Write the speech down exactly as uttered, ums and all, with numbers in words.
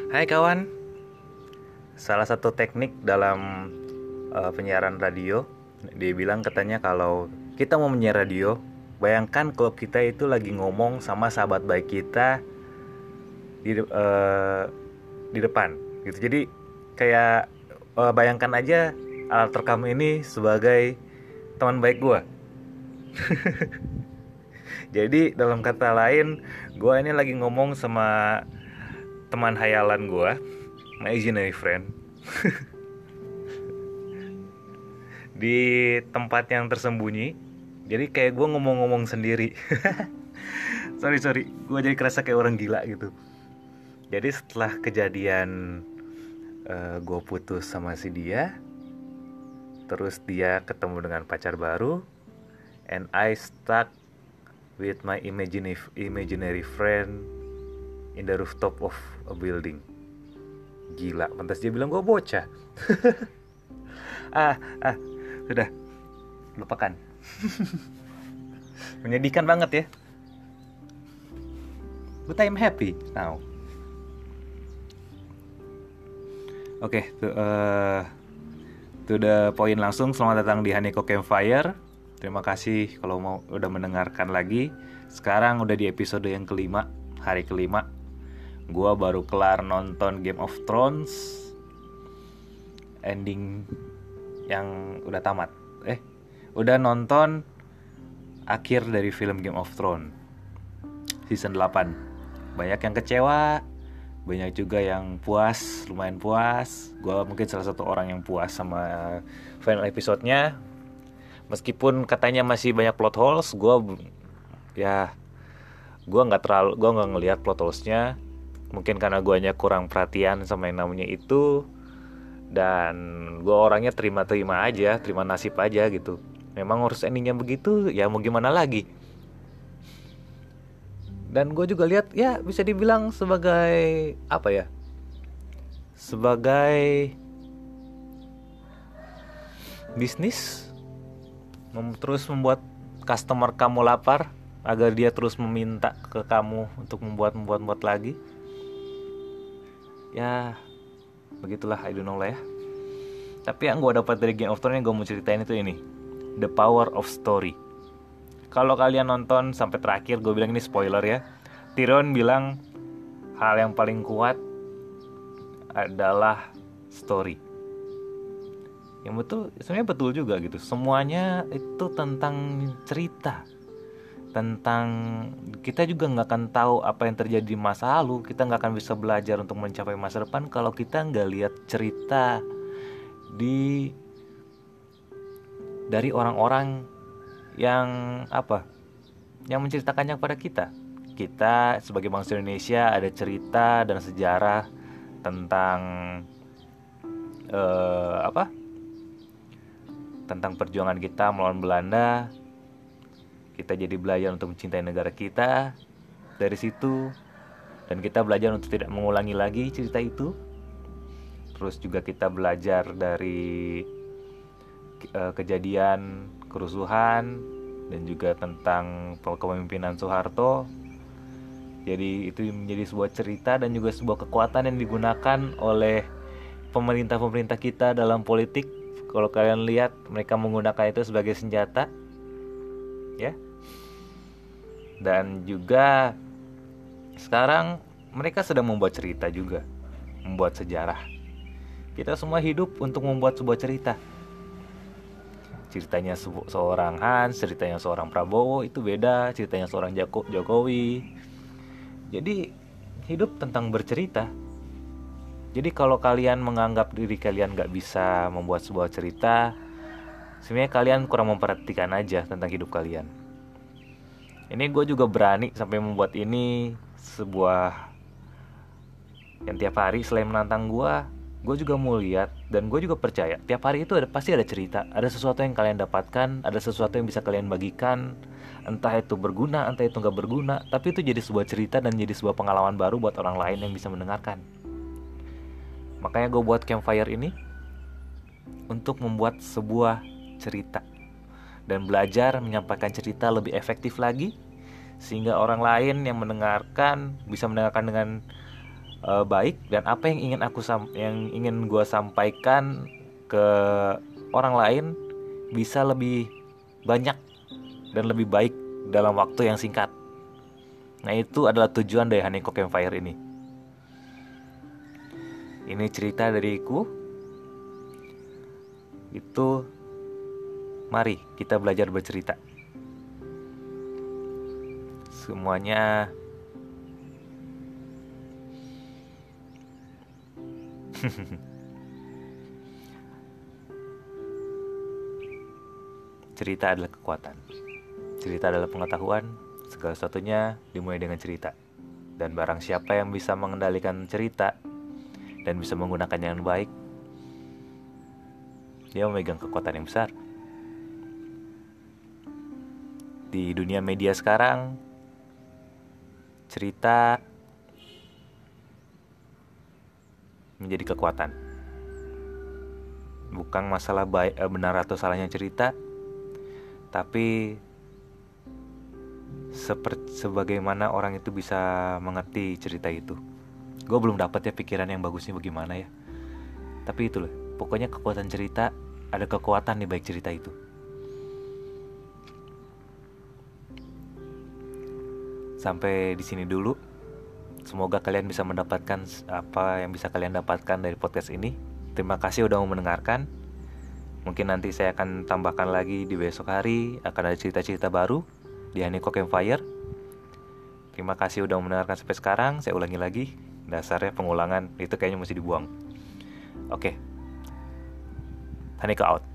Hai kawan, salah satu teknik dalam uh, penyiaran radio, dia bilang katanya kalau kita mau menyiar radio, bayangkan kalau kita itu lagi ngomong sama sahabat baik kita di uh, di depan, gitu. Jadi kayak uh, bayangkan aja alat rekam ini sebagai teman baik gue. Jadi dalam kata lain, gue ini lagi ngomong sama teman hayalan gue, my imaginary friend, di tempat yang tersembunyi. Jadi kayak gue ngomong-ngomong sendiri. sorry sorry, gue jadi kerasa kayak orang gila gitu. Jadi setelah kejadian uh, gue putus sama si dia, terus dia ketemu dengan pacar baru, and I stuck with my imaginary imaginary friend in the rooftop of a building. Gila, pantas dia bilang gue bocah. ah, ah, sudah, lupakan. Menyedihkan banget ya. But I'm happy now. Oke, okay, to, uh, to the point langsung. Selamat datang di Haneko Campfire. Terima kasih kalau mau udah mendengarkan lagi. Sekarang udah di episode yang kelima, hari kelima. Gua baru kelar nonton Game of Thrones, ending yang udah tamat. Eh, udah nonton akhir dari film Game of Thrones season delapan. Banyak yang kecewa, banyak juga yang puas, lumayan puas. Gua mungkin salah satu orang yang puas sama final episode-nya. Meskipun katanya masih banyak plot holes, gua ya gua nggak terlalu, gua nggak ngelihat plot holes-nya. Mungkin karena guanya kurang perhatian sama yang namanya itu. Dan gue orangnya terima-terima aja, terima nasib aja gitu. Memang harus endingnya begitu, ya mau gimana lagi. Dan gue juga lihat ya bisa dibilang sebagai apa ya, sebagai bisnis, mem- terus membuat customer kamu lapar agar dia terus meminta ke kamu untuk membuat-membuat lagi. Ya begitulah, I don't know lah ya. Tapi yang gue dapat dari Game of Thrones yang gue mau ceritain itu ini, The Power of Story. Kalau kalian nonton sampai terakhir, gue bilang ini spoiler ya, Tyrion bilang hal yang paling kuat adalah story. Yang betul, sebenarnya betul juga gitu. Semuanya itu tentang cerita, tentang kita juga nggak akan tahu apa yang terjadi di masa lalu. Kita nggak akan bisa belajar untuk mencapai masa depan kalau kita nggak lihat cerita di dari orang-orang yang apa, yang menceritakannya kepada kita. Kita sebagai bangsa Indonesia ada cerita dan sejarah tentang eh, apa? Tentang perjuangan kita melawan Belanda. Kita jadi belajar untuk mencintai negara kita dari situ. Dan kita belajar untuk tidak mengulangi lagi cerita itu. Terus juga kita belajar dari uh, kejadian kerusuhan dan juga tentang kepemimpinan Soeharto. Jadi itu menjadi sebuah cerita dan juga sebuah kekuatan yang digunakan oleh pemerintah-pemerintah kita dalam politik. Kalau kalian lihat, mereka menggunakan itu sebagai senjata. Ya. Dan juga sekarang mereka sedang membuat cerita juga, membuat sejarah. Kita semua hidup untuk membuat sebuah cerita. Ceritanya se- seorang Hans, ceritanya seorang Prabowo itu beda, ceritanya seorang Joko- Jokowi. Jadi hidup tentang bercerita. Jadi kalau kalian menganggap diri kalian gak bisa membuat sebuah cerita, sebenarnya kalian kurang memperhatikan aja tentang hidup kalian. Ini gue juga berani sampai membuat ini sebuah yang tiap hari selain menantang gue, gue juga mau lihat dan gue juga percaya tiap hari itu ada, pasti ada cerita, ada sesuatu yang kalian dapatkan, ada sesuatu yang bisa kalian bagikan, entah itu berguna, entah itu gak berguna, tapi itu jadi sebuah cerita dan jadi sebuah pengalaman baru buat orang lain yang bisa mendengarkan. Makanya gue buat campfire ini untuk membuat sebuah cerita dan belajar menyampaikan cerita lebih efektif lagi, sehingga orang lain yang mendengarkan bisa mendengarkan dengan uh, baik, dan apa yang ingin aku sam- yang ingin gue sampaikan ke orang lain bisa lebih banyak dan lebih baik dalam waktu yang singkat. Nah, itu adalah tujuan dari Haniko Campfire ini. Ini cerita dariku. Itu, mari kita belajar bercerita. Semuanya cerita adalah kekuatan. Cerita adalah pengetahuan. Segala sesuatunya dimulai dengan cerita. Dan barang siapa yang bisa mengendalikan cerita dan bisa menggunakannya yang baik, dia memegang kekuatan yang besar. Di dunia media sekarang, cerita menjadi kekuatan. Bukan masalah baik, benar atau salahnya cerita, tapi seperti sebagaimana orang itu bisa mengerti cerita itu. Gue belum dapat ya pikiran yang bagusnya bagaimana ya. Tapi itu loh, pokoknya kekuatan cerita, ada kekuatan di baik cerita itu. Sampai di sini dulu. Semoga kalian bisa mendapatkan apa yang bisa kalian dapatkan dari podcast ini. Terima kasih udah mau mendengarkan. Mungkin nanti saya akan tambahkan lagi di besok hari. Akan ada cerita-cerita baru di Haniko Campfire. Terima kasih udah mendengarkan sampai sekarang. Saya ulangi lagi, dasarnya pengulangan itu kayaknya mesti dibuang. Oke, Haniko out.